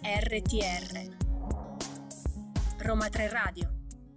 RTR Roma 3 Radio.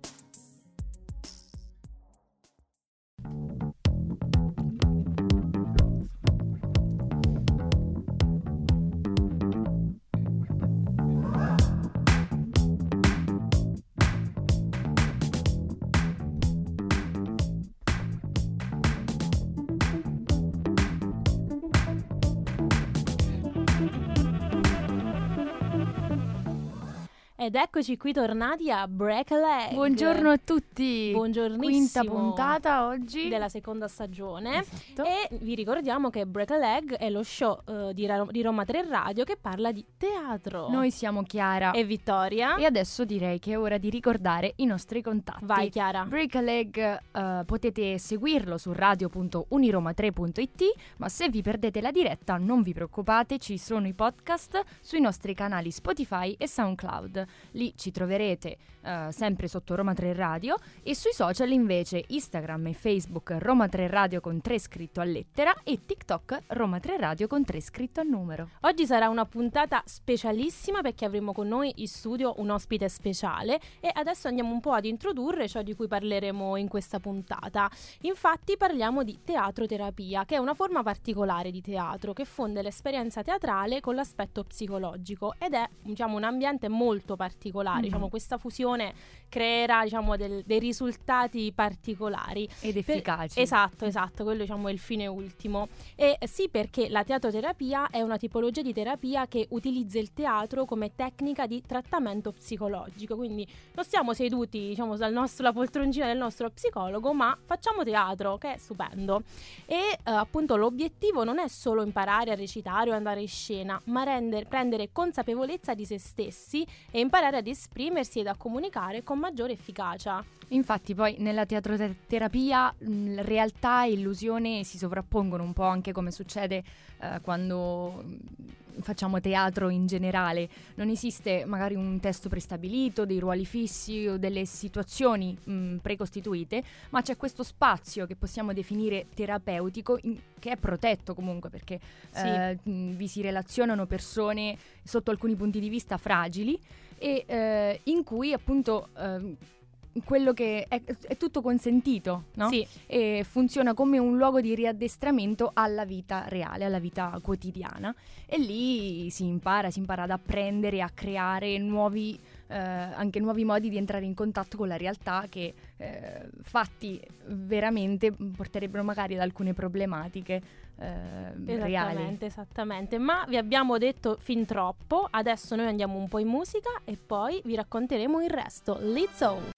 Ed eccoci qui tornati a Break a Leg. Buongiorno a tutti. Buongiornissimo. Quinta puntata oggi della seconda stagione. Esatto. E vi ricordiamo che Break a Leg è lo show di Roma 3 Radio che parla di teatro. Noi siamo Chiara e Vittoria. E adesso direi che è ora di ricordare i nostri contatti. Vai Chiara. Break a Leg potete seguirlo su radio.uniroma3.it, ma se vi perdete la diretta non vi preoccupate, ci sono i podcast sui nostri canali Spotify e SoundCloud. Lì ci troverete sempre sotto Roma 3 Radio, e sui social invece Instagram e Facebook Roma 3 Radio con 3 scritto a lettera e TikTok Roma 3 Radio con 3 scritto a numero. Oggi sarà una puntata specialissima perché avremo con noi in studio un ospite speciale e adesso andiamo un po' ad introdurre ciò di cui parleremo in questa puntata. Infatti parliamo di teatroterapia, che è una forma particolare di teatro che fonde l'esperienza teatrale con l'aspetto psicologico ed è, diciamo, un ambiente molto particolare. Diciamo, questa fusione creerà, diciamo, dei risultati particolari ed efficaci. Esatto, quello, diciamo, è il fine ultimo. E sì, perché la teatroterapia è una tipologia di terapia che utilizza il teatro come tecnica di trattamento psicologico, quindi non stiamo seduti, diciamo, sulla poltroncina del nostro psicologo, ma facciamo teatro, che è stupendo. E appunto l'obiettivo non è solo imparare a recitare o andare in scena, ma prendere consapevolezza di se stessi e imparare ad esprimersi ed a comunicare con maggiore efficacia. Infatti poi nella teatroterapia realtà e illusione si sovrappongono un po', anche come succede quando facciamo teatro in generale. Non esiste magari un testo prestabilito, dei ruoli fissi o delle situazioni precostituite, ma c'è questo spazio che possiamo definire terapeutico, che è protetto comunque, perché vi si relazionano persone sotto alcuni punti di vista fragili e in cui appunto quello che è tutto consentito, no? Sì. E funziona come un luogo di riaddestramento alla vita reale, alla vita quotidiana, e lì si impara ad apprendere, a creare anche nuovi modi di entrare in contatto con la realtà che fatti veramente porterebbero magari ad alcune problematiche reali. Esattamente, ma vi abbiamo detto fin troppo, adesso noi andiamo un po' in musica e poi vi racconteremo il resto. Lizzo!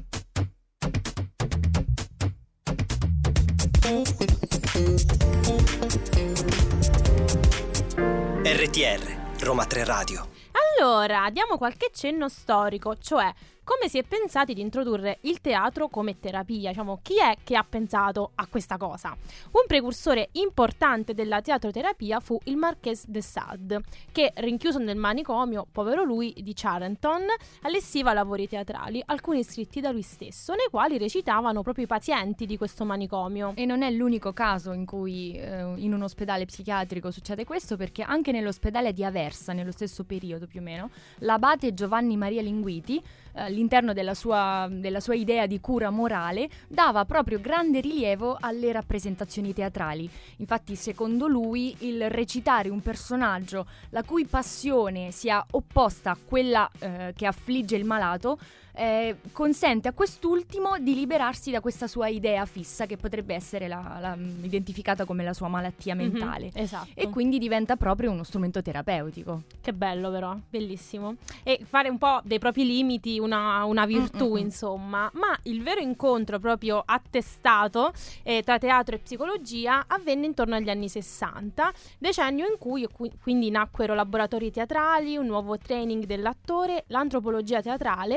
RTR Roma 3 Radio. Allora, diamo qualche cenno storico, cioè come si è pensati di introdurre il teatro come terapia? Diciamo, chi è che ha pensato a questa cosa? Un precursore importante della teatroterapia fu il Marchés de Sade, che, rinchiuso nel manicomio, povero lui, di Charenton, allestiva lavori teatrali, alcuni scritti da lui stesso, nei quali recitavano proprio i pazienti di questo manicomio. E non è l'unico caso in cui in un ospedale psichiatrico succede questo, perché anche nell'ospedale di Aversa, nello stesso periodo più o meno, l'abate Giovanni Maria Linguiti, all'interno della sua idea di cura morale, dava proprio grande rilievo alle rappresentazioni teatrali. Infatti, secondo lui, il recitare un personaggio la cui passione sia opposta a quella che affligge il malato consente a quest'ultimo di liberarsi da questa sua idea fissa, che potrebbe essere identificata come la sua malattia mentale. Esatto. E quindi diventa proprio uno strumento terapeutico. Che bello, però, bellissimo. E fare un po' dei propri limiti una virtù, insomma. Ma il vero incontro proprio attestato tra teatro e psicologia avvenne intorno agli anni 60, decennio in cui quindi nacquero laboratori teatrali, un nuovo training dell'attore, l'antropologia teatrale e anche un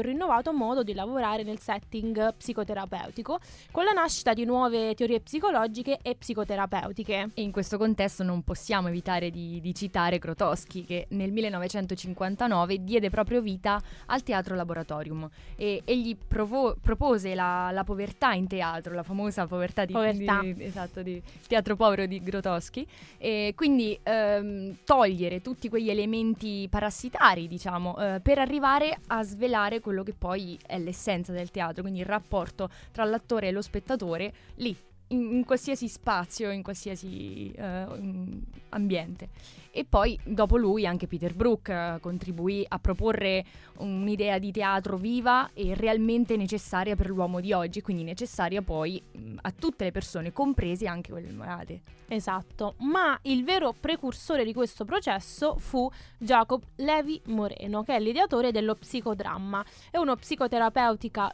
rinnovato modo di lavorare nel setting psicoterapeutico, con la nascita di nuove teorie psicologiche e psicoterapeutiche. E in questo contesto non possiamo evitare di citare Grotowski, che nel 1959 diede proprio vita al Teatro Laboratorium e egli propose la povertà in teatro, la famosa povertà. Di teatro povero di Grotowski, e quindi togliere tutti quegli elementi parassitari, diciamo, per arrivare a svelare quello che poi è l'essenza del teatro, quindi il rapporto tra l'attore e lo spettatore lì, in qualsiasi spazio, in qualsiasi ambiente. E poi dopo lui anche Peter Brook contribuì a proporre un'idea di teatro viva e realmente necessaria per l'uomo di oggi, quindi necessaria poi a tutte le persone, comprese anche quelle malate. Esatto, ma il vero precursore di questo processo fu Jacob Levi Moreno, che è l'ideatore dello psicodramma. È uno psicoterapeuta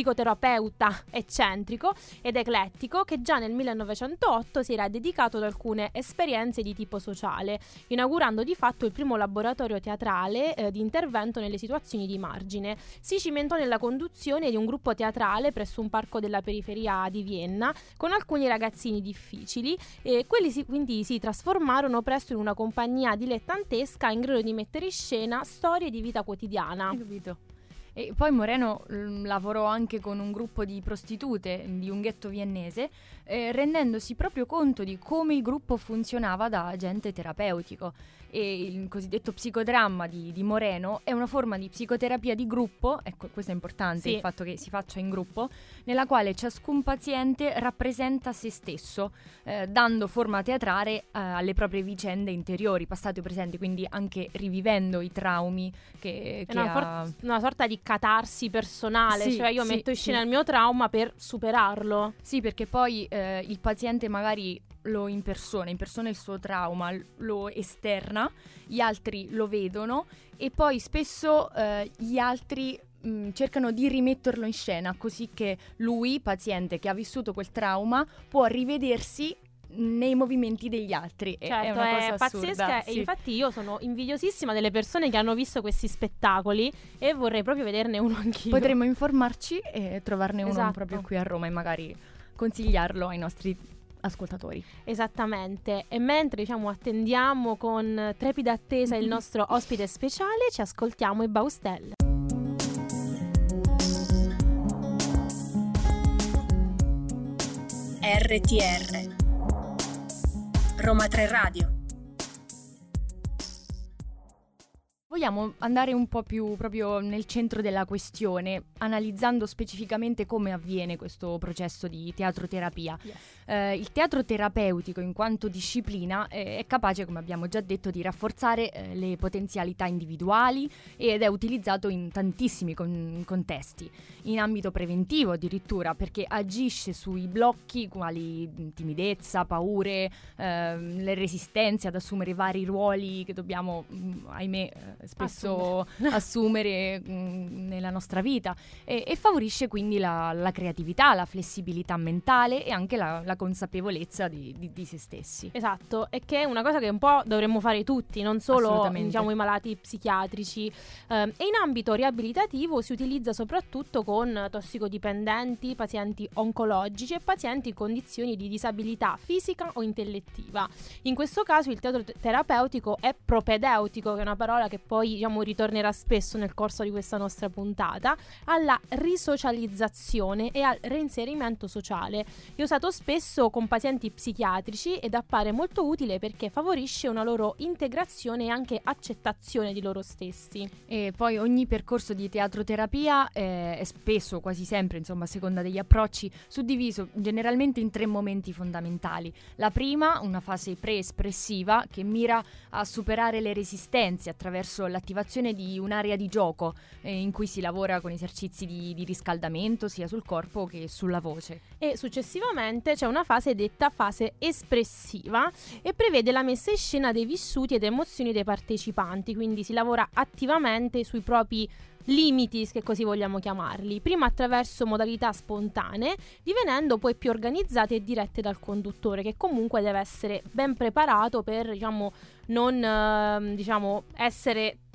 eccentrico ed eclettico che già nel 1908 si era dedicato ad alcune esperienze di tipo sociale, inaugurando di fatto il primo laboratorio teatrale di intervento nelle situazioni di margine. Si cimentò nella conduzione di un gruppo teatrale presso un parco della periferia di Vienna con alcuni ragazzini difficili, e quelli quindi si trasformarono presto in una compagnia dilettantesca in grado di mettere in scena storie di vita quotidiana. Hai capito? E poi Moreno lavorò anche con un gruppo di prostitute di un ghetto viennese, rendendosi proprio conto di come il gruppo funzionava da agente terapeutico. E il cosiddetto psicodramma di Moreno è una forma di psicoterapia di gruppo, ecco, questo è importante, sì, il fatto che si faccia in gruppo, nella quale ciascun paziente rappresenta se stesso, dando forma teatrale alle proprie vicende interiori, passate o presenti, quindi anche rivivendo i traumi che una sorta di catarsi personale, sì, cioè io metto in scena il mio trauma per superarlo. Sì, perché poi il paziente magari lo impersona il suo trauma, lo esterna, gli altri lo vedono e poi spesso gli altri cercano di rimetterlo in scena, così che lui, paziente che ha vissuto quel trauma, può rivedersi nei movimenti degli altri. Certo, è una cosa pazzesca, assurda, e sì. infatti io sono invidiosissima delle persone che hanno visto questi spettacoli e vorrei proprio vederne uno anch'io. Potremmo informarci e trovarne uno Esatto. proprio qui a Roma e magari consigliarlo ai nostri ascoltatori. Esattamente. E mentre attendiamo con trepida attesa il nostro ospite speciale, ci ascoltiamo i Baustelle. RTR Roma 3 Radio. Vogliamo andare un po' più proprio nel centro della questione, analizzando specificamente come avviene questo processo di teatroterapia. Yes. Il teatro terapeutico, in quanto disciplina, è capace, come abbiamo già detto, di rafforzare le potenzialità individuali ed è utilizzato in tantissimi contesti, in ambito preventivo addirittura, perché agisce sui blocchi quali timidezza, paure, le resistenze ad assumere vari ruoli che dobbiamo, ahimè, spesso assumere nella nostra vita, e favorisce quindi la creatività, la flessibilità mentale e anche la consapevolezza di se stessi. Esatto, e che è una cosa che un po' dovremmo fare tutti, non solo i malati psichiatrici. E in ambito riabilitativo si utilizza soprattutto con tossicodipendenti, pazienti oncologici e pazienti in condizioni di disabilità fisica o intellettiva. In questo caso il teatro terapeutico è propedeutico, che è una parola che poi ritornerà spesso nel corso di questa nostra puntata, alla risocializzazione e al reinserimento sociale. È usato spesso con pazienti psichiatrici ed appare molto utile perché favorisce una loro integrazione e anche accettazione di loro stessi. E poi ogni percorso di teatroterapia è spesso, quasi sempre, a seconda degli approcci, suddiviso generalmente in 3 momenti fondamentali. La prima, una fase pre-espressiva che mira a superare le resistenze attraverso l'attivazione di un'area di gioco in cui si lavora con esercizi di riscaldamento sia sul corpo che sulla voce. E successivamente c'è una fase detta fase espressiva e prevede la messa in scena dei vissuti ed emozioni dei partecipanti, quindi si lavora attivamente sui propri limiti, che così vogliamo chiamarli, prima attraverso modalità spontanee, divenendo poi più organizzate e dirette dal conduttore, che comunque deve essere ben preparato per non essere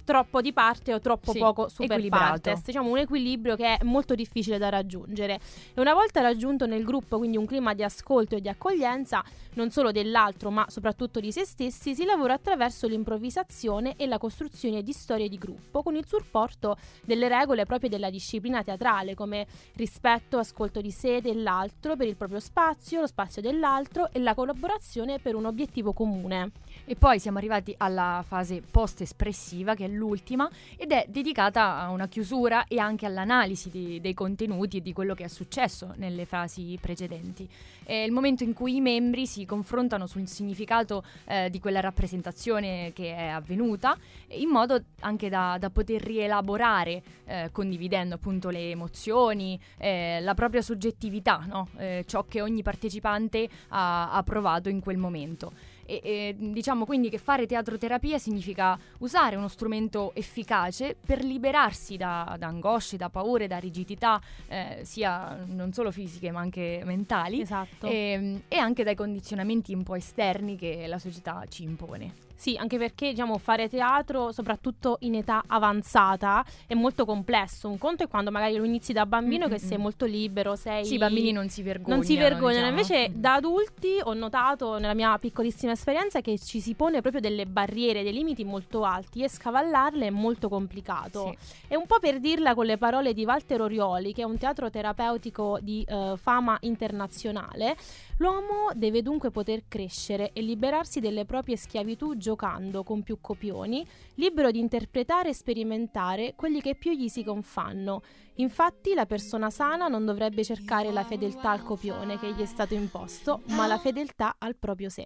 troppo di parte o troppo poco super equilibrato. partes, diciamo un equilibrio che è molto difficile da raggiungere. E una volta raggiunto nel gruppo quindi un clima di ascolto e di accoglienza non solo dell'altro ma soprattutto di se stessi, si lavora attraverso l'improvvisazione e la costruzione di storie di gruppo con il supporto delle regole proprie della disciplina teatrale, come rispetto, ascolto di sé dell'altro per il proprio spazio, lo spazio dell'altro e la collaborazione per un obiettivo comune. E poi siamo arrivati alla fase post-espressiva, che è l'ultima, ed è dedicata a una chiusura e anche all'analisi dei contenuti e di quello che è successo nelle fasi precedenti. È il momento in cui i membri si confrontano sul significato di quella rappresentazione che è avvenuta, in modo anche da poter rielaborare, condividendo appunto le emozioni, la propria soggettività, no? Ciò che ogni partecipante ha provato in quel momento. E diciamo quindi che fare teatroterapia significa usare uno strumento efficace per liberarsi da angosce, da paure, da rigidità, sia non solo fisiche ma anche mentali. Esatto. E anche dai condizionamenti un po' esterni che la società ci impone. Sì, anche perché diciamo fare teatro, soprattutto in età avanzata, è molto complesso. Un conto è quando magari lo inizi da bambino che sei molto libero, sei... Sì, i bambini non si vergognano. Non si vergognano, diciamo. Invece da adulti ho notato nella mia piccolissima esperienza che ci si pone proprio delle barriere, dei limiti molto alti e scavallarle è molto complicato. Sì. È un po' per dirla con le parole di Walter Orioli, che è un teatro terapeutico di fama internazionale. L'uomo deve dunque poter crescere e liberarsi delle proprie schiavitù giocando con più copioni, libero di interpretare e sperimentare quelli che più gli si confanno. Infatti la persona sana non dovrebbe cercare la fedeltà al copione che gli è stato imposto, ma la fedeltà al proprio sé.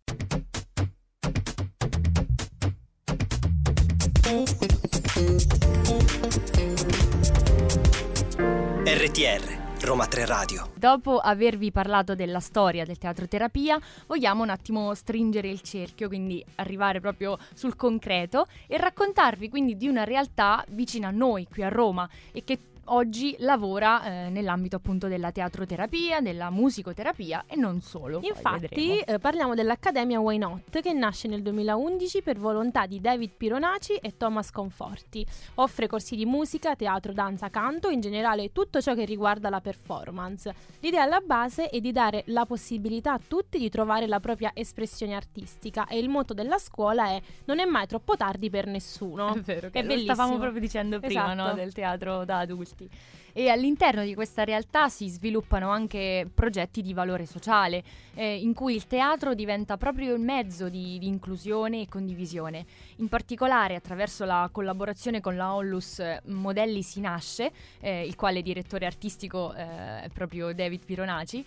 RTR Roma 3 Radio. Dopo avervi parlato della storia del teatroterapia, vogliamo un attimo stringere il cerchio, quindi arrivare proprio sul concreto e raccontarvi quindi di una realtà vicina a noi qui a Roma e che oggi lavora nell'ambito appunto della teatroterapia, della musicoterapia e non solo. Infatti parliamo dell'Accademia Why Not, che nasce nel 2011 per volontà di David Pironaci e Thomas Conforti. Offre corsi di musica, teatro, danza, canto, in generale tutto ciò che riguarda la performance. L'idea alla base è di dare la possibilità a tutti di trovare la propria espressione artistica e il motto della scuola è: non è mai troppo tardi per nessuno. È vero, che è lo bellissimo. stavamo proprio dicendo prima, Esatto. no? Del teatro da adulti. E all'interno di questa realtà si sviluppano anche progetti di valore sociale, in cui il teatro diventa proprio il mezzo di inclusione e condivisione. In particolare attraverso la collaborazione con la Onlus Modelli si nasce, il quale direttore artistico è proprio David Pironaci.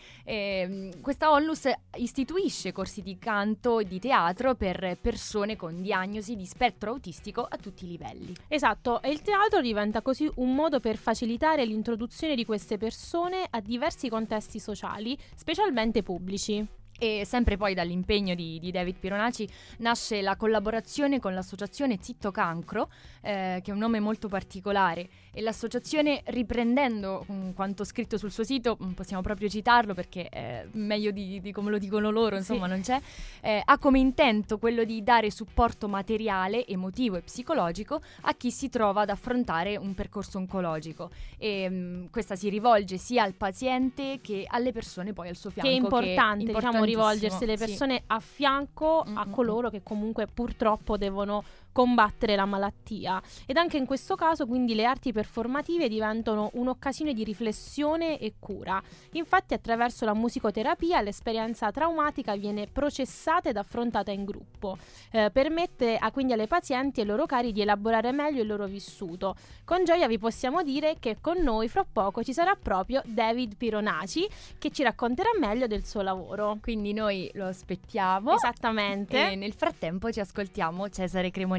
Questa Onlus istituisce corsi di canto e di teatro per persone con diagnosi di spettro autistico a tutti i livelli. Esatto, e il teatro diventa così un modo per facilitare l'introduzione di queste persone a diversi contesti sociali, specialmente pubblici. E sempre poi dall'impegno di David Pironaci nasce la collaborazione con l'associazione Zitto Cancro, che è un nome molto particolare, e l'associazione, riprendendo quanto scritto sul suo sito, possiamo proprio citarlo perché è meglio di come lo dicono loro, insomma, sì. Non c'è, ha come intento quello di dare supporto materiale, emotivo e psicologico a chi si trova ad affrontare un percorso oncologico, e questa si rivolge sia al paziente che alle persone poi al suo fianco. Che è importante, diciamo, rivolgersi alle persone a fianco a coloro che comunque purtroppo devono combattere la malattia. Ed anche in questo caso quindi le arti performative diventano un'occasione di riflessione e cura. Infatti attraverso la musicoterapia l'esperienza traumatica viene processata ed affrontata in gruppo, permette quindi alle pazienti e ai loro cari di elaborare meglio il loro vissuto. Con gioia vi possiamo dire che con noi fra poco ci sarà proprio David Pironaci, che ci racconterà meglio del suo lavoro. Quindi noi lo aspettiamo. Esattamente. E nel frattempo ci ascoltiamo Cesare Cremonini.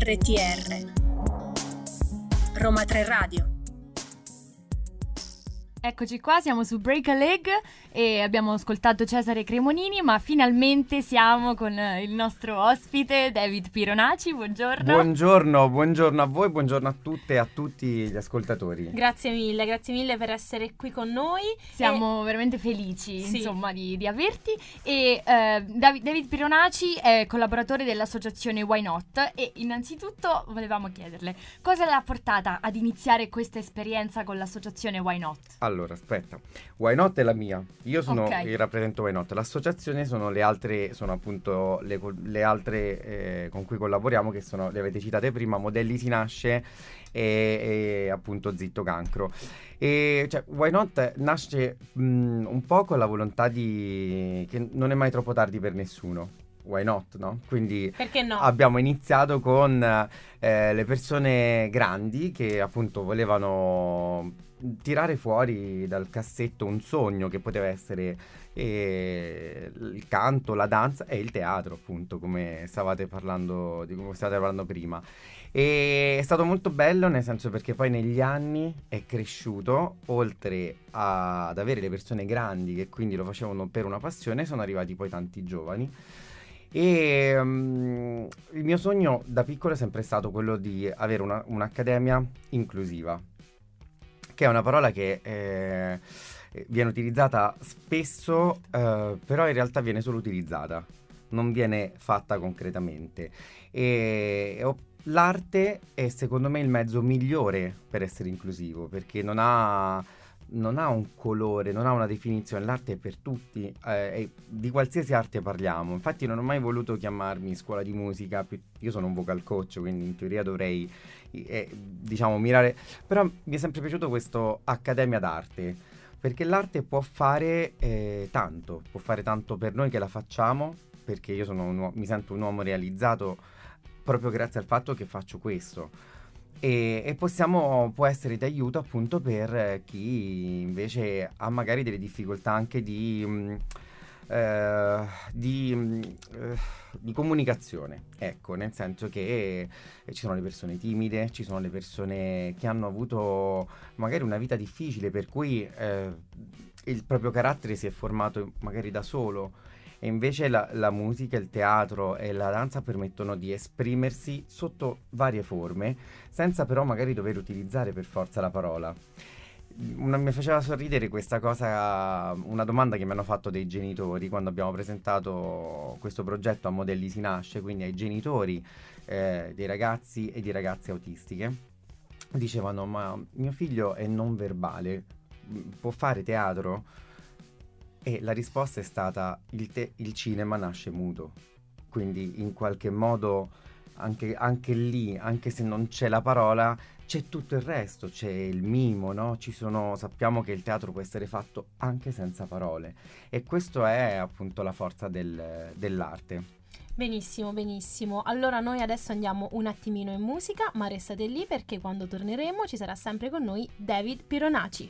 RTR Roma 3 Radio. Eccoci qua, siamo su Break a Leg e abbiamo ascoltato Cesare Cremonini, ma finalmente siamo con il nostro ospite David Pironaci. Buongiorno. Buongiorno a voi, buongiorno a tutte e a tutti gli ascoltatori. Grazie mille per essere qui con noi. Siamo veramente felici, sì, insomma, di averti. E David Pironaci è collaboratore dell'associazione Why Not e innanzitutto volevamo chiederle cosa l'ha portata ad iniziare questa esperienza con l'associazione Why Not? Allora, aspetta, Why Not è la mia, io sono il rappresento Why Not, l'associazione sono le altre, sono appunto le altre con cui collaboriamo, che sono, le avete citate prima, Modelli si nasce e appunto Zitto Cancro. E cioè, Why Not nasce un po' con la volontà che non è mai troppo tardi per nessuno. Why not, no? Quindi perché no? Abbiamo iniziato con le persone grandi che appunto volevano tirare fuori dal cassetto un sogno che poteva essere il canto, la danza e il teatro, appunto, come stavate parlando prima. E è stato molto bello, nel senso, perché poi negli anni è cresciuto, oltre ad avere le persone grandi che quindi lo facevano per una passione, sono arrivati poi tanti giovani. E il mio sogno da piccolo è sempre stato quello di avere un'accademia inclusiva, che è una parola che viene utilizzata spesso, però in realtà viene solo utilizzata, non viene fatta concretamente. E l'arte è secondo me il mezzo migliore per essere inclusivo, perché non ha un colore, non ha una definizione. L'arte è per tutti, e di qualsiasi arte parliamo. Infatti non ho mai voluto chiamarmi scuola di musica, io sono un vocal coach, quindi in teoria dovrei diciamo mirare, però mi è sempre piaciuto questo accademia d'arte, perché l'arte può fare tanto per noi che la facciamo, perché io mi sento un uomo realizzato proprio grazie al fatto che faccio questo. E può essere d'aiuto appunto per chi invece ha magari delle difficoltà anche di comunicazione, ecco, nel senso che ci sono le persone timide, ci sono le persone che hanno avuto magari una vita difficile, per cui il proprio carattere si è formato magari da solo. E invece la musica, il teatro e la danza permettono di esprimersi sotto varie forme, senza però magari dover utilizzare per forza la parola. Mi faceva sorridere questa cosa, una domanda che mi hanno fatto dei genitori quando abbiamo presentato questo progetto a Modelli si nasce, quindi ai genitori dei ragazzi e di ragazze autistiche. Dicevano: ma mio figlio è non verbale, può fare teatro? E la risposta è stata: il cinema nasce muto, quindi in qualche modo anche lì, anche se non c'è la parola, c'è tutto il resto, c'è il mimo, no? Sappiamo che il teatro può essere fatto anche senza parole, e questo è appunto la forza dell'arte. Benissimo. Allora noi adesso andiamo un attimino in musica, ma restate lì perché quando torneremo ci sarà sempre con noi David Pironaci.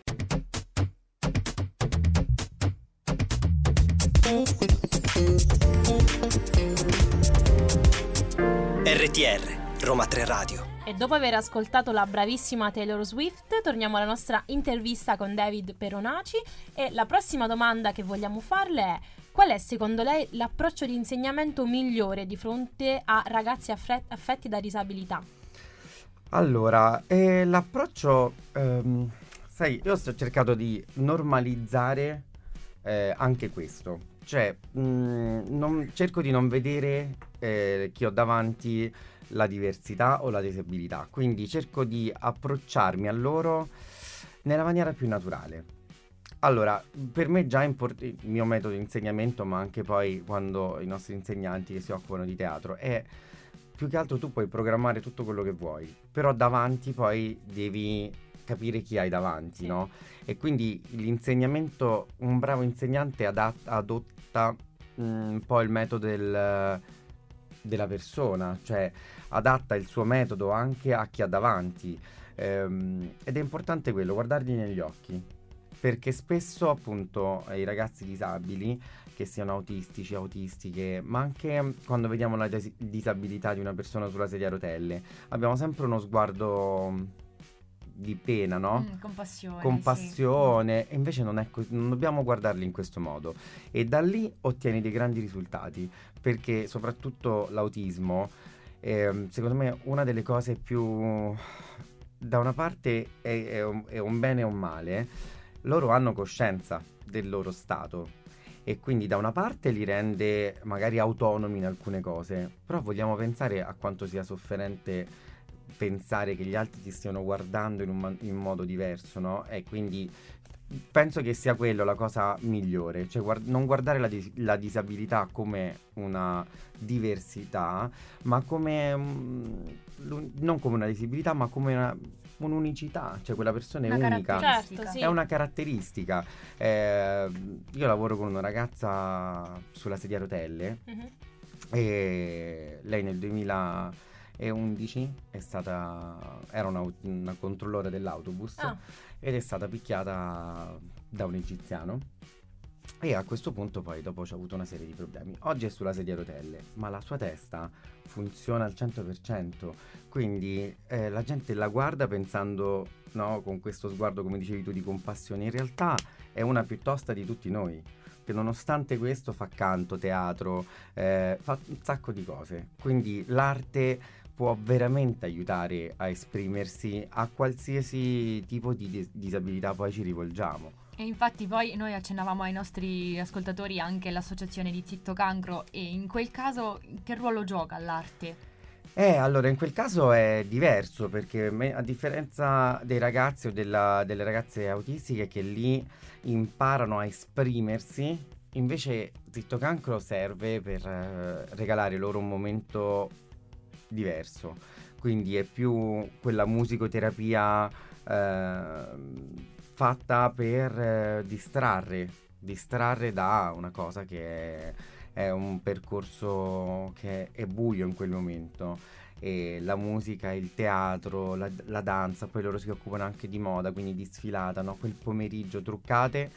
RTR, Roma 3 Radio. E dopo aver ascoltato la bravissima Taylor Swift, torniamo alla nostra intervista con David Pironaci e la prossima domanda che vogliamo farle è: qual è secondo lei l'approccio di insegnamento migliore di fronte a ragazzi affetti da disabilità? Allora, l'approccio, sai, io ho cercato di normalizzare anche questo. Cioè, cerco di non vedere chi ho davanti la diversità o la disabilità, quindi cerco di approcciarmi a loro nella maniera più naturale. Allora, per me già il mio metodo di insegnamento, ma anche poi quando i nostri insegnanti che si occupano di teatro, è più che altro tu puoi programmare tutto quello che vuoi, però davanti poi devi capire chi hai davanti, sì, no? E quindi l'insegnamento, un bravo insegnante adotta un po' il metodo della persona, cioè adatta il suo metodo anche a chi ha davanti, ed è importante quello, guardarli negli occhi, perché spesso appunto i ragazzi disabili, che siano autistici, autistiche, ma anche quando vediamo la disabilità di una persona sulla sedia a rotelle, abbiamo sempre uno sguardo di pena, no? Compassione. Compassione, e invece non è non dobbiamo guardarli in questo modo, e da lì ottieni dei grandi risultati, perché soprattutto l'autismo, secondo me, una delle cose più, da una parte è un bene e un male. Loro hanno coscienza del loro stato, e quindi da una parte li rende magari autonomi in alcune cose, però vogliamo pensare a quanto sia sofferente pensare che gli altri ti stiano guardando in modo diverso, no? E quindi penso che sia quello la cosa migliore, cioè non guardare la disabilità come una diversità, ma come non come una disabilità, ma come un'unicità, cioè quella persona è unica, Certo, sì. è una caratteristica. Io lavoro con una ragazza sulla sedia a rotelle, e lei nel 2011 era una controllore dell'autobus, ed è stata picchiata da un egiziano, e a questo punto poi dopo c'ha avuto una serie di problemi. Oggi è sulla sedia a rotelle, ma la sua testa funziona al 100%, quindi la gente la guarda pensando, no, con questo sguardo, come dicevi tu, di compassione. In realtà è una più tosta di tutti noi, che nonostante questo fa canto, teatro, fa un sacco di cose. Quindi l'arte può veramente aiutare a esprimersi a qualsiasi tipo di disabilità poi ci rivolgiamo. E infatti poi noi accennavamo ai nostri ascoltatori anche l'associazione di Zitto Cancro, e in quel caso che ruolo gioca l'arte? Allora, in quel caso è diverso, perché a differenza dei ragazzi o delle ragazze autistiche che lì imparano a esprimersi, invece Zitto Cancro serve per regalare loro un momento diverso. Quindi è più quella musicoterapia fatta per distrarre da una cosa che è un percorso che è buio in quel momento. E la musica, il teatro, la danza, poi loro si occupano anche di moda, quindi di sfilata, no? Quel pomeriggio truccate,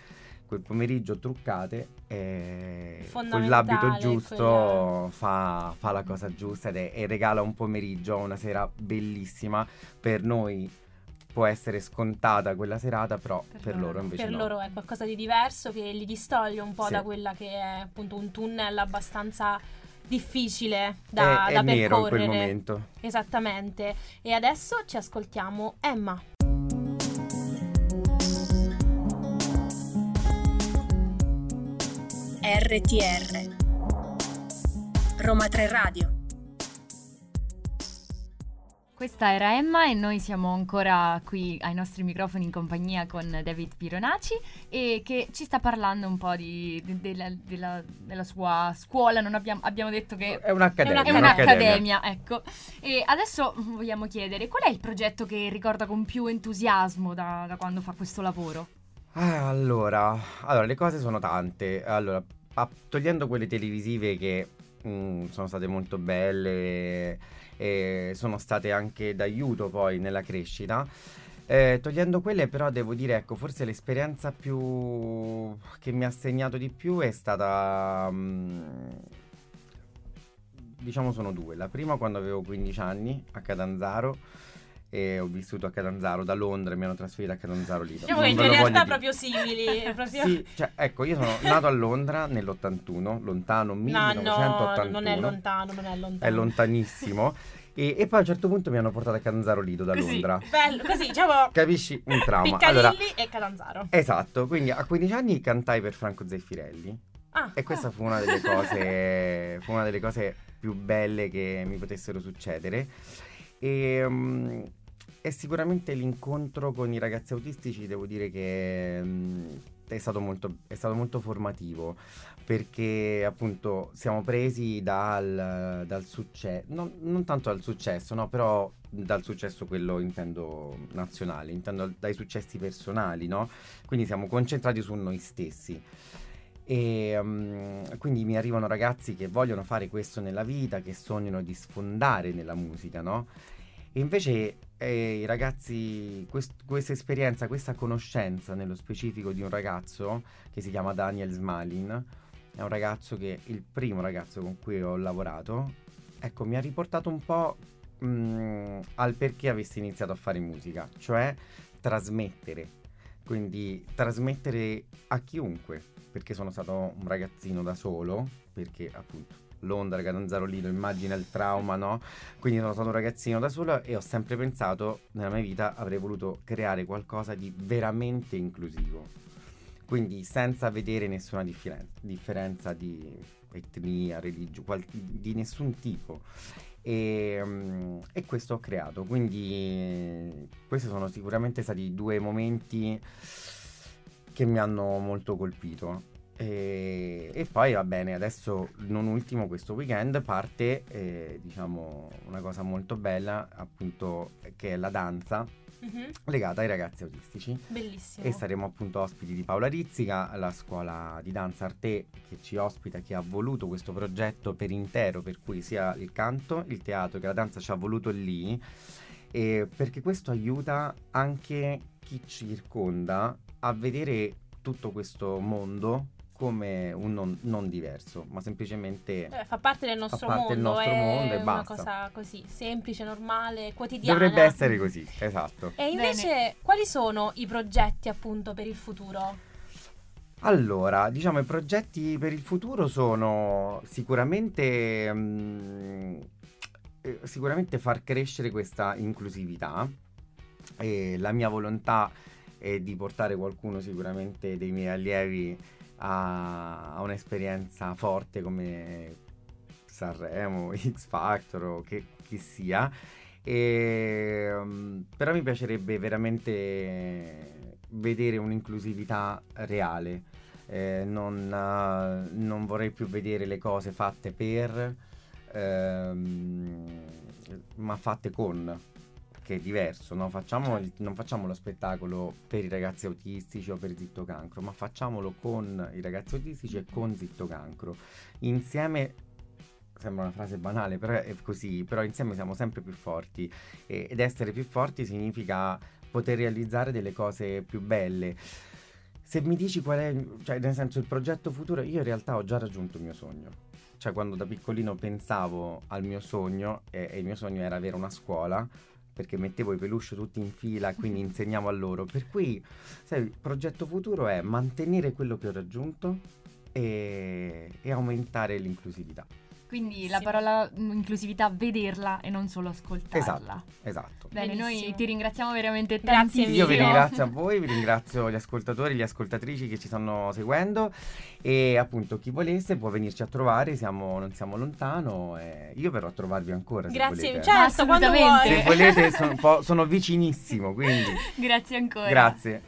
con l'abito giusto fa la cosa giusta, e regala un pomeriggio, una sera bellissima. Per noi può essere scontata quella serata, però per loro invece per no. loro è qualcosa di diverso, che li distoglie un po' Sì. da quella che è appunto un tunnel abbastanza difficile da è nero in percorrere. quel momento. Esattamente. E adesso ci ascoltiamo Emma. RTR Roma 3 Radio. Questa era Emma, e noi siamo ancora qui ai nostri microfoni in compagnia con David Pironaci, e che ci sta parlando un po' della sua scuola. Abbiamo detto che È un'accademia. è un'accademia, ecco. E adesso vogliamo chiedere qual è il progetto che ricorda con più entusiasmo da quando fa questo lavoro? Allora, le cose sono tante. Allora, togliendo quelle televisive che sono state molto belle e sono state anche d'aiuto poi nella crescita, togliendo quelle, però devo dire, ecco, forse l'esperienza più che mi ha segnato di più è stata, diciamo, sono due. La prima, quando avevo 15 anni a Catanzaro, e ho vissuto a Catanzaro da Londra, e mi hanno trasferito a Catanzaro lì. Diciamo che in realtà proprio simili. Proprio... Sì, cioè, ecco, io sono nato a Londra nell'81, lontano 1981. No, non è lontano. È lontanissimo. E poi a un certo punto mi hanno portato a Catanzaro Lido da così, Londra. Bello, così, diciamo. Capisci? Un trauma. Piccalilli e Catanzaro. Esatto, quindi a 15 anni cantai per Franco Zeffirelli. E questa fu una delle cose più belle che mi potessero succedere. E sicuramente l'incontro con i ragazzi autistici, devo dire che è stato molto formativo, perché appunto siamo presi dal successo, non tanto dal successo, no, però dal successo, quello intendo nazionale, intendo dai successi personali, no? Quindi siamo concentrati su noi stessi. E quindi mi arrivano ragazzi che vogliono fare questo nella vita, che sognano di sfondare nella musica, no? E invece i ragazzi, questa esperienza, questa conoscenza nello specifico di un ragazzo che si chiama Daniel Smalin, è un ragazzo il primo ragazzo con cui ho lavorato, ecco, mi ha riportato un po' al perché avessi iniziato a fare musica, cioè trasmettere, quindi trasmettere a chiunque, perché sono stato un ragazzino da solo, perché appunto Londra, Catanzaro, immagina il trauma, no? Quindi sono stato un ragazzino da solo e ho sempre pensato, nella mia vita avrei voluto creare qualcosa di veramente inclusivo, quindi senza vedere nessuna differenza di etnia, religione, di nessun tipo. E questo ho creato, quindi questi sono sicuramente stati 2 momenti che mi hanno molto colpito. E poi va bene, adesso non ultimo questo weekend parte diciamo una cosa molto bella, appunto, che è la danza legata ai ragazzi autistici. Bellissimo. E saremo appunto ospiti di Paola Rizzica, la scuola di danza Arte che ci ospita, che ha voluto questo progetto per intero, per cui sia il canto, il teatro che la danza ci ha voluto lì, perché questo aiuta anche chi ci circonda a vedere tutto questo mondo come un non diverso, ma semplicemente fa parte del nostro mondo, mondo e una basta. cosa così semplice, normale, quotidiana. Dovrebbe essere così, esatto. E invece quali sono i progetti appunto per il futuro? Allora, diciamo, i progetti per il futuro sono sicuramente far crescere questa inclusività, e la mia volontà è di portare qualcuno, sicuramente dei miei allievi, a un'esperienza forte come Sanremo, X Factor o che sia, però mi piacerebbe veramente vedere un'inclusività reale. Non vorrei più vedere le cose fatte per, ma fatte con, che è diverso, no? Non facciamo lo spettacolo per i ragazzi autistici o per Zitto Cancro, ma facciamolo con i ragazzi autistici e con Zitto Cancro. Insieme, sembra una frase banale, però è così, però insieme siamo sempre più forti, ed essere più forti significa poter realizzare delle cose più belle. Se mi dici qual è, cioè nel senso il progetto futuro, io in realtà ho già raggiunto il mio sogno. Cioè quando da piccolino pensavo al mio sogno, e il mio sogno era avere una scuola, perché mettevo i peluche tutti in fila, quindi insegnavo a loro. Per cui, sai, il progetto futuro è mantenere quello che ho raggiunto e aumentare l'inclusività. Quindi la parola inclusività, vederla e non solo ascoltarla. Esatto. Bene, Benissimo. noi ti ringraziamo veramente Grazie tantissimo. Io vi ringrazio a voi, vi ringrazio gli ascoltatori, le ascoltatrici che ci stanno seguendo, e appunto chi volesse può venirci a trovare, non siamo lontano, e io verrò a trovarvi ancora se Grazie, volete. certo, quando Assolutamente. Se vuoi. volete sono vicinissimo, quindi Grazie ancora. grazie.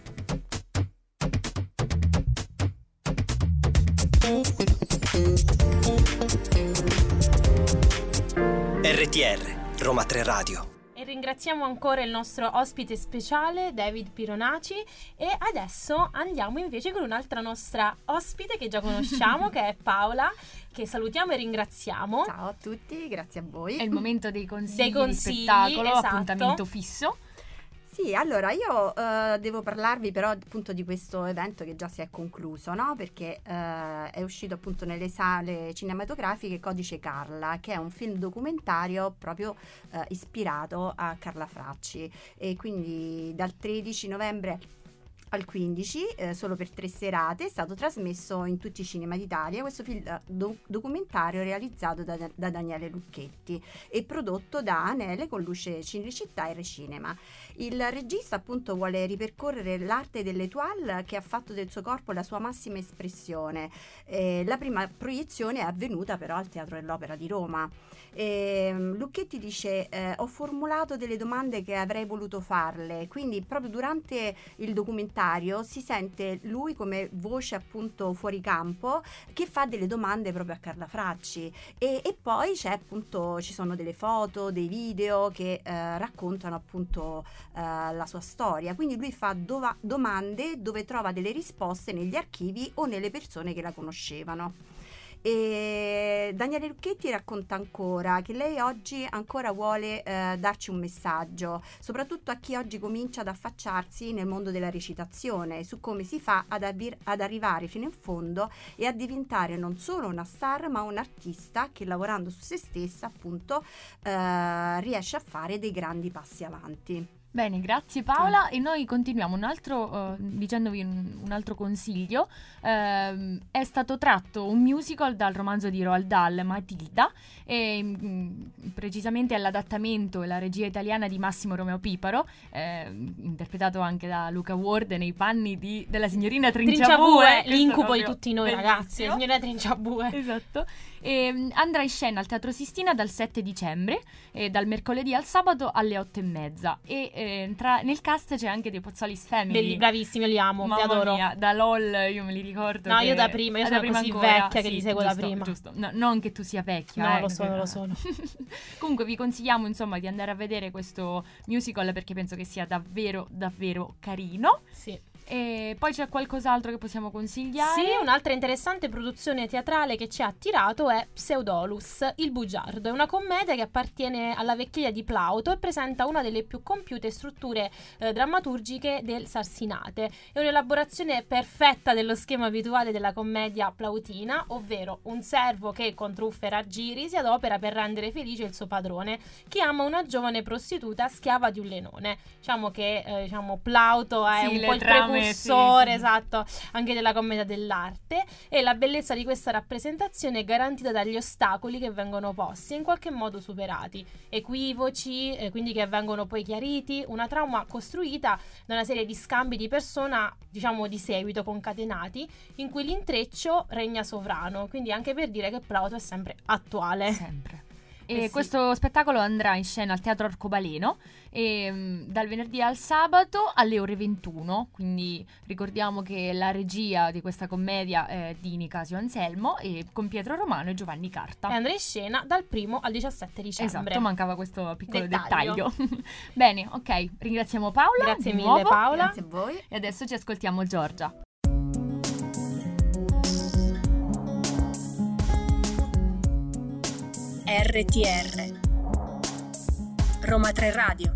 RTR, Roma 3 Radio. E ringraziamo ancora il nostro ospite speciale David Pironaci, e adesso andiamo invece con un'altra nostra ospite che già conosciamo, che è Paola, che salutiamo e ringraziamo. Ciao a tutti, grazie a voi. È il momento dei consigli, Dei consigli, di spettacolo, esatto. appuntamento fisso. Sì, allora io devo parlarvi però appunto di questo evento che già si è concluso, no? Perché è uscito appunto nelle sale cinematografiche Codice Carla, che è un film documentario proprio ispirato a Carla Fracci, e quindi dal 13 novembre al 15, solo per 3 serate, è stato trasmesso in tutti i cinema d'Italia questo film documentario realizzato da Daniele Lucchetti e prodotto da Anele con Luce Cinecittà e Recinema. Il regista appunto vuole ripercorrere l'arte dell'étoile che ha fatto del suo corpo la sua massima espressione. La prima proiezione è avvenuta però al Teatro dell'Opera di Roma. Lucchetti dice: ho formulato delle domande che avrei voluto farle, quindi proprio durante il documentario si sente lui come voce appunto fuori campo che fa delle domande proprio a Carla Fracci, e poi ci sono delle foto, dei video che raccontano appunto la sua storia, quindi lui fa domande dove trova delle risposte negli archivi o nelle persone che la conoscevano. E Daniele Lucchetti racconta ancora che lei oggi ancora vuole darci un messaggio, soprattutto a chi oggi comincia ad affacciarsi nel mondo della recitazione, su come si fa ad arrivare fino in fondo e a diventare non solo una star ma un artista che, lavorando su se stessa, appunto riesce a fare dei grandi passi avanti. Bene, grazie Paola. E noi continuiamo dicendovi un altro consiglio. È stato tratto un musical dal romanzo di Roald Dahl, Matilda, e precisamente all'adattamento e la regia italiana di Massimo Romeo Piparo, interpretato anche da Luca Ward nei panni della signorina Trinciabue, l'incubo di tutti noi bellissimo. ragazzi, la signorina Trinciabue. Esatto. Andrà in scena al Teatro Sistina dal 7 dicembre, dal mercoledì al sabato alle 8:30. E nel cast c'è anche dei Pozzolis Family. Bravissimi, li amo, li adoro. Mia, da LOL io me li ricordo. No, io da prima, io sono così ancora, vecchia che li seguo giusto, da prima. Giusto. No, non che tu sia vecchia. No, lo sono. Comunque vi consigliamo insomma di andare a vedere questo musical perché penso che sia davvero davvero carino. Sì. E poi c'è qualcos'altro che possiamo consigliare? Sì, un'altra interessante produzione teatrale che ci ha attirato è Pseudolus, il bugiardo. È una commedia che appartiene alla vecchiaia di Plauto e presenta una delle più compiute strutture drammaturgiche del Sarsinate. È un'elaborazione perfetta dello schema abituale della commedia plautina, ovvero un servo che con truffe e raggiri si adopera per rendere felice il suo padrone, che ama una giovane prostituta schiava di un lenone. Diciamo che Plauto è un po' il precursore, sì. Esatto, anche della commedia dell'arte, e la bellezza di questa rappresentazione è garantita dagli ostacoli che vengono posti e in qualche modo superati, equivoci, quindi che vengono poi chiariti, una trama costruita da una serie di scambi di persona, diciamo di seguito, concatenati, in cui l'intreccio regna sovrano, quindi anche per dire che Plauto è sempre attuale. Sempre. E questo spettacolo andrà in scena al Teatro Arcobaleno dal venerdì al sabato alle ore 21, quindi ricordiamo che la regia di questa commedia è di Nicasio Anselmo e con Pietro Romano e Giovanni Carta. E andrà in scena dal 1 al 17 dicembre. Esatto, mancava questo piccolo dettaglio. Bene, ok, ringraziamo Paola. Grazie mille nuovo. Paola. Grazie a voi. E adesso ci ascoltiamo Giorgia. RTR Roma 3 Radio.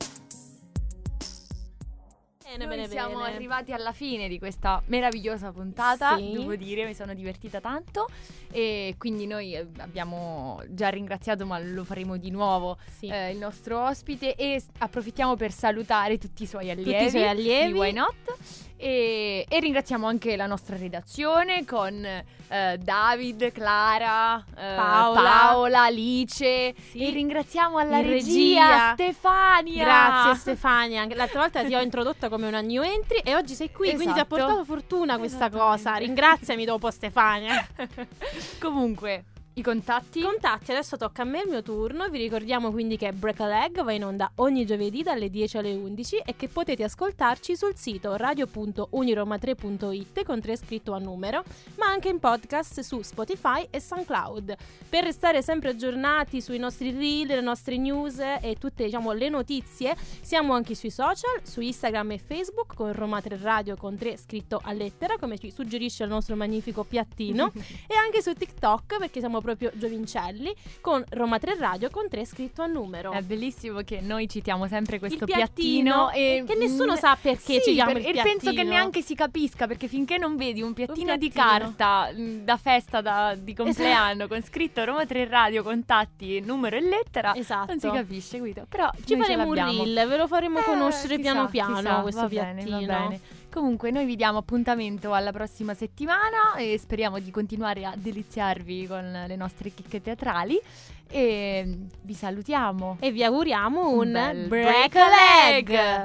Noi siamo arrivati alla fine di questa meravigliosa puntata, sì. Devo dire, mi sono divertita tanto e quindi noi abbiamo già ringraziato, ma lo faremo di nuovo, sì. Il nostro ospite, e approfittiamo per salutare tutti i suoi allievi di Why Not e ringraziamo anche la nostra redazione con David, Clara, Paola, Alice, sì. E ringraziamo alla in regia Stefania. Grazie Stefania, l'altra volta ti ho introdotta come una new entry e oggi sei qui, quindi ti ha portato fortuna questa cosa. Ringraziami dopo Stefania. Comunque, i contatti, adesso tocca a me il mio turno. Vi ricordiamo quindi che Break a Leg va in onda ogni giovedì dalle 10 alle 11 e che potete ascoltarci sul sito radio.uniroma3.it con 3 scritto a numero, ma anche in podcast su Spotify e SoundCloud. Per restare sempre aggiornati sui nostri reel, le nostre news e tutte, diciamo, le notizie, siamo anche sui social, su Instagram e Facebook con Roma 3 Radio con 3 scritto a lettera, come ci suggerisce il nostro magnifico piattino, e anche su TikTok, perché siamo proprio giovincelli, con Roma 3 Radio con 3 scritto a numero. È bellissimo che noi citiamo sempre questo il piattino e che nessuno sa perché sì, citiamo il piattino. E penso che neanche si capisca, perché finché non vedi un piattino di carta da festa di compleanno con scritto Roma 3 Radio, contatti, numero e lettera, esatto, non si capisce, Guido. Però ci faremo un reel, ve lo faremo conoscere piano chissà, questo piattino. Va bene. Comunque noi vi diamo appuntamento alla prossima settimana e speriamo di continuare a deliziarvi con le nostre chicche teatrali e vi salutiamo e vi auguriamo un bel break a leg.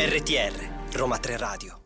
RTR, Roma 3 Radio.